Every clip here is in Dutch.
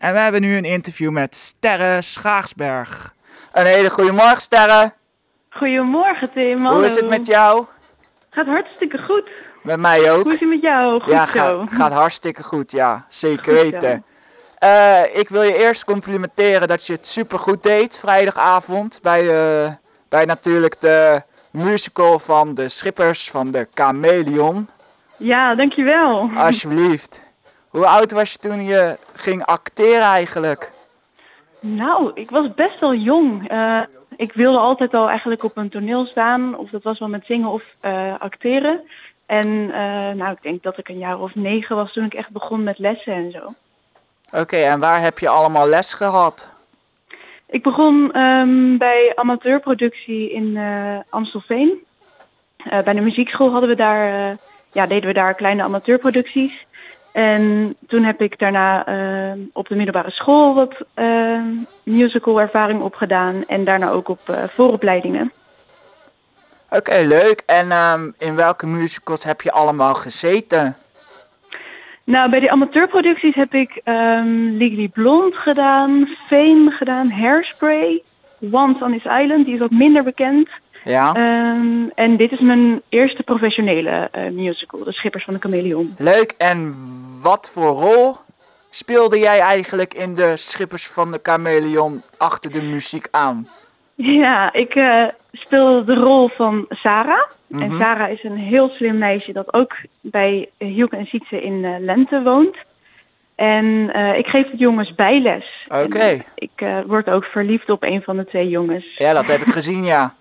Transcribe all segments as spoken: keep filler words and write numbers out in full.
En we hebben nu een interview met Sterre Schaarsberg. Een hele goede morgen, Sterre. Goedemorgen, Tim. Hoe Hallo. is het met jou? Gaat hartstikke goed. Met mij ook. Hoe is het met jou? Goed ja, zo. Ga, gaat hartstikke goed, ja. Zeker Goed weten. Uh, ik wil je eerst complimenteren dat je het super goed deed vrijdagavond bij, uh, bij natuurlijk de musical van de Schippers van de Chameleon. Ja, dankjewel. Alsjeblieft. Hoe oud was je toen je ging acteren eigenlijk? Nou, ik was best wel jong. Uh, ik wilde altijd al eigenlijk op een toneel staan. Of dat was wel met zingen of uh, acteren. En uh, nou, ik denk dat ik een jaar of negen was toen ik echt begon met lessen en zo. Oké, okay, en waar heb je allemaal les gehad? Ik begon um, bij amateurproductie in uh, Amstelveen. Uh, bij de muziekschool hadden we daar, uh, ja, deden we daar kleine amateurproducties. En toen heb ik daarna uh, op de middelbare school wat uh, musical ervaring opgedaan. En daarna ook op uh, vooropleidingen. Oké, okay, leuk. En um, in welke musicals heb je allemaal gezeten? Nou, bij de amateurproducties heb ik um, Legally Blonde gedaan, Fame gedaan, Hairspray, Once on This Island, die is wat minder bekend. Ja. Um, en dit is mijn eerste professionele uh, musical, De Schippers van de Chameleon. Leuk. En wat voor rol speelde jij eigenlijk in De Schippers van de Chameleon achter de muziek aan? Ja, ik uh, speelde de rol van Sarah. Mm-hmm. En Sarah is een heel slim meisje dat ook bij Hielke en Sietse in uh, Lente woont. En uh, ik geef de jongens bijles. Oké. Okay. Uh, ik uh, word ook verliefd op een van de twee jongens. Ja, dat heb ik gezien, ja.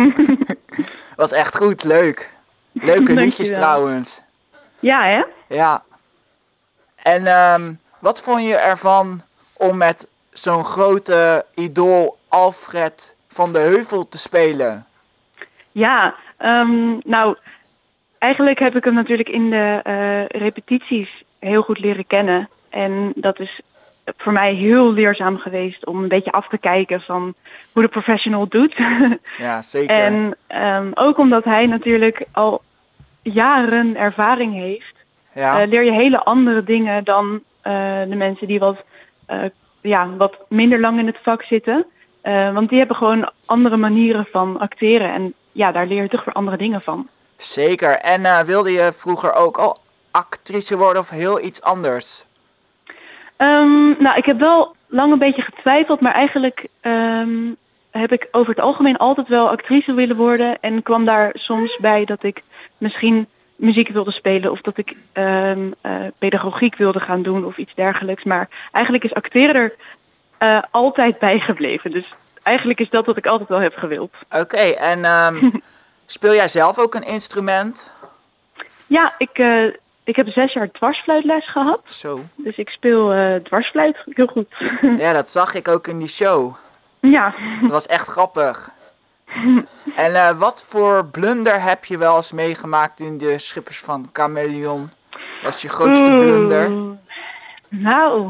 Was echt goed, leuk. Leuke liedjes trouwens. Ja, hè? Ja. En um, wat vond je ervan om met zo'n grote idool Alfred van de Heuvel te spelen? Ja, um, nou, eigenlijk heb ik hem natuurlijk in de uh, repetities heel goed leren kennen. En dat is voor mij heel leerzaam geweest om een beetje af te kijken van hoe de professional het doet. Ja, zeker. En um, ook omdat hij natuurlijk al jaren ervaring heeft, ja. uh, leer je hele andere dingen dan uh, de mensen die wat, uh, ja, wat minder lang in het vak zitten. Uh, want die hebben gewoon andere manieren van acteren. En ja, daar leer je toch weer andere dingen van. Zeker. En uh, wilde je vroeger ook al actrice worden of heel iets anders? Um, nou, ik heb wel lang een beetje getwijfeld. Maar eigenlijk um, heb ik over het algemeen altijd wel actrice willen worden. En kwam daar soms bij dat ik misschien muziek wilde spelen. Of dat ik um, uh, pedagogiek wilde gaan doen of iets dergelijks. Maar eigenlijk is acteren er Uh, altijd bijgebleven. Dus eigenlijk is dat wat ik altijd wel heb gewild. Oké, okay, en um, speel jij zelf ook een instrument? Ja, ik, uh, ik heb zes jaar dwarsfluitles gehad. Zo. Dus ik speel uh, dwarsfluit heel goed. Ja, dat zag ik ook in die show. Ja. Dat was echt grappig. En uh, wat voor blunder heb je wel eens meegemaakt in De Schippers van Chameleon? Wat is je grootste Oeh. blunder? Nou...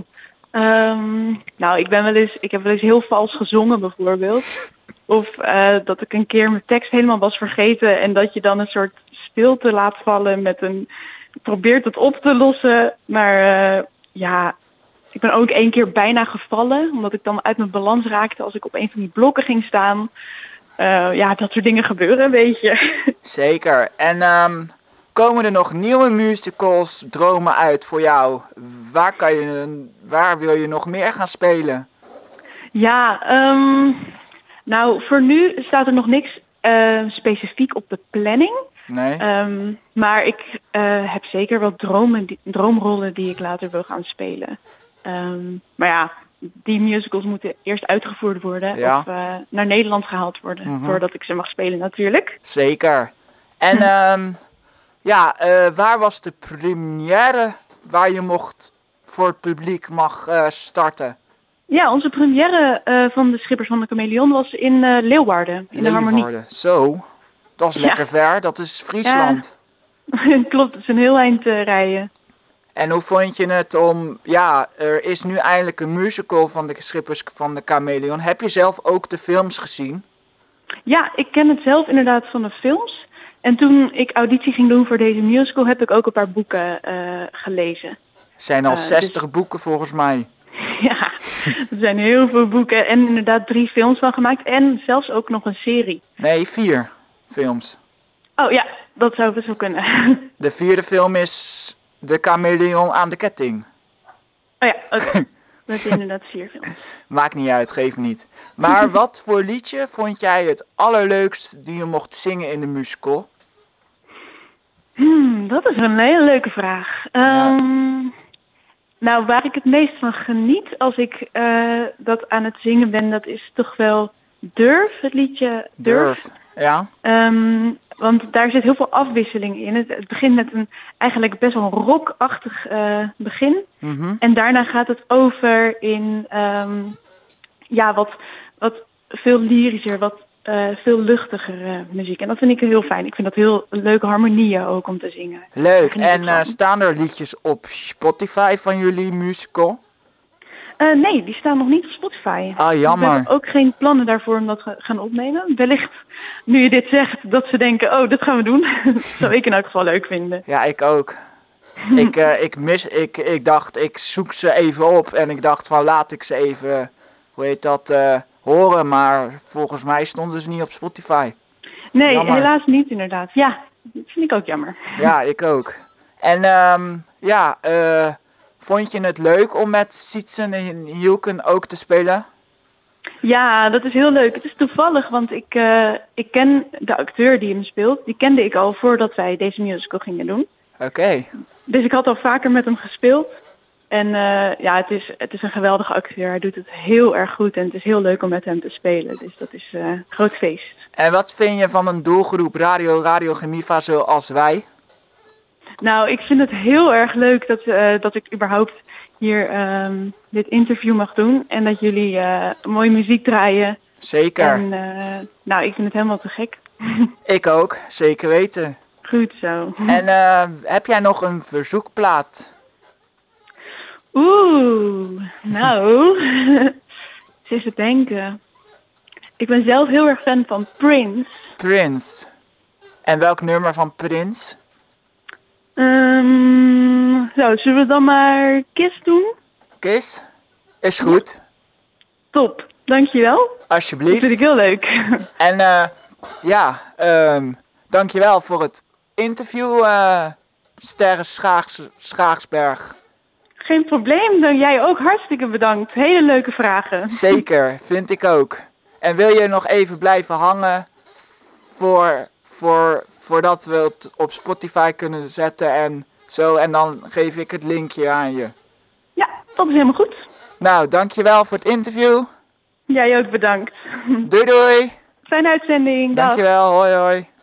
Um, nou, ik ben wel eens, ik heb wel eens heel vals gezongen bijvoorbeeld. Of uh, dat ik een keer mijn tekst helemaal was vergeten en dat je dan een soort stilte laat vallen met een, probeert het op te lossen. Maar uh, ja, ik ben ook één keer bijna gevallen, omdat ik dan uit mijn balans raakte als ik op een van die blokken ging staan. Uh, ja, dat soort dingen gebeuren, weet je. Zeker. En um, komen er nog nieuwe musicals, dromen uit voor jou? Waar, kan je, waar wil je nog meer gaan spelen? Ja, um, nou voor nu staat er nog niks uh, specifiek op de planning. Nee. Um, maar ik uh, heb zeker wel dromen, die, droomrollen die ik later wil gaan spelen. Um, maar ja, die musicals moeten eerst uitgevoerd worden ja. of uh, naar Nederland gehaald worden. Mm-hmm. Voordat ik ze mag spelen natuurlijk. Zeker. En um, ja, uh, waar was de première waar je mocht voor het publiek mag uh, starten? Ja, onze première uh, van De Schippers van de Chameleon was in uh, Leeuwarden, in Leeuwarden. de Harmonie. Zo, dat is lekker ja. ver, dat is Friesland. Ja. Klopt, het is een heel eind uh, rijden. En hoe vond je het om, ja, er is nu eindelijk een musical van De Schippers van de Chameleon. Heb je zelf ook de films gezien? Ja, ik ken het zelf inderdaad van de films. En toen ik auditie ging doen voor deze musical heb ik ook een paar boeken uh, gelezen. Er zijn al uh, zestig dus... boeken volgens mij. Ja, er zijn heel veel boeken en inderdaad drie films van gemaakt. En zelfs ook nog een serie. Nee, vier films. Oh ja, dat zou best wel kunnen. De vierde film is De Chameleon aan de ketting. Oh ja, oké. Okay. Dat zijn inderdaad vier films. Maakt niet uit, geeft niet. Maar wat voor liedje vond jij het allerleukst die je mocht zingen in de musical? Hmm, dat is een hele leuke vraag. Ja. Um, nou, waar ik het meest van geniet als ik uh, dat aan het zingen ben, dat is toch wel Durf, het liedje Durf. Durf, ja. Um, want daar zit heel veel afwisseling in. Het, het begint met een eigenlijk best wel een rockachtig uh, begin. Mm-hmm. En daarna gaat het over in um, ja, wat, wat veel lyrischer, wat uh, veel luchtiger uh, muziek. En dat vind ik heel fijn. Ik vind dat heel leuke harmonieën ook om te zingen. Leuk. En uh, staan er liedjes op Spotify van jullie musical? Uh, nee, die staan nog niet op Spotify. Ah, jammer. We hebben ook geen plannen daarvoor om dat te gaan opnemen. Wellicht, nu je dit zegt, dat ze denken, oh, dat gaan we doen. Dat zou ik in elk geval leuk vinden. Ja, ik ook. ik, uh, ik, mis, ik, ik dacht, ik zoek ze even op en ik dacht van laat ik ze even, hoe heet dat, uh, horen. Maar volgens mij stonden ze niet op Spotify. Nee, jammer. Helaas niet inderdaad. Ja, dat vind ik ook jammer. Ja, ik ook. En um, ja, uh, vond je het leuk om met Sietsen en Hielken ook te spelen? Ja, dat is heel leuk. Het is toevallig, want ik, uh, ik ken de acteur die hem speelt. Die kende ik al voordat wij deze musical gingen doen. Oké. Okay. Dus ik had al vaker met hem gespeeld. En uh, ja, het is, het is een geweldige acteur. Hij doet het heel erg goed en het is heel leuk om met hem te spelen. Dus dat is uh, een groot feest. En wat vind je van een doelgroep Radio Radio Gemiva zoals wij? Nou, ik vind het heel erg leuk dat, uh, dat ik überhaupt hier um, dit interview mag doen. En dat jullie uh, mooie muziek draaien. Zeker. En uh, nou, ik vind het helemaal te gek. Ik ook, zeker weten. Goed zo. En uh, heb jij nog een verzoekplaat? Oeh, nou, eens even denken. Ik ben zelf heel erg fan van Prince. Prince. En welk nummer van Prince? Um, zo, zullen we dan maar Kiss doen? Kiss? Is goed. Top, dankjewel. Alsjeblieft. Dat vind ik heel leuk. En uh, ja, um, dankjewel voor het interview, uh, Sterre Schaags, Schaagsberg. Geen probleem, dan jij ook hartstikke bedankt. Hele leuke vragen. Zeker, vind ik ook. En wil je nog even blijven hangen voor, voor, voordat we het op Spotify kunnen zetten en zo. En dan geef ik het linkje aan je. Ja, dat is helemaal goed. Nou, dankjewel voor het interview. Jij ook bedankt. Doei doei. Fijne uitzending. Dankjewel, hoi hoi.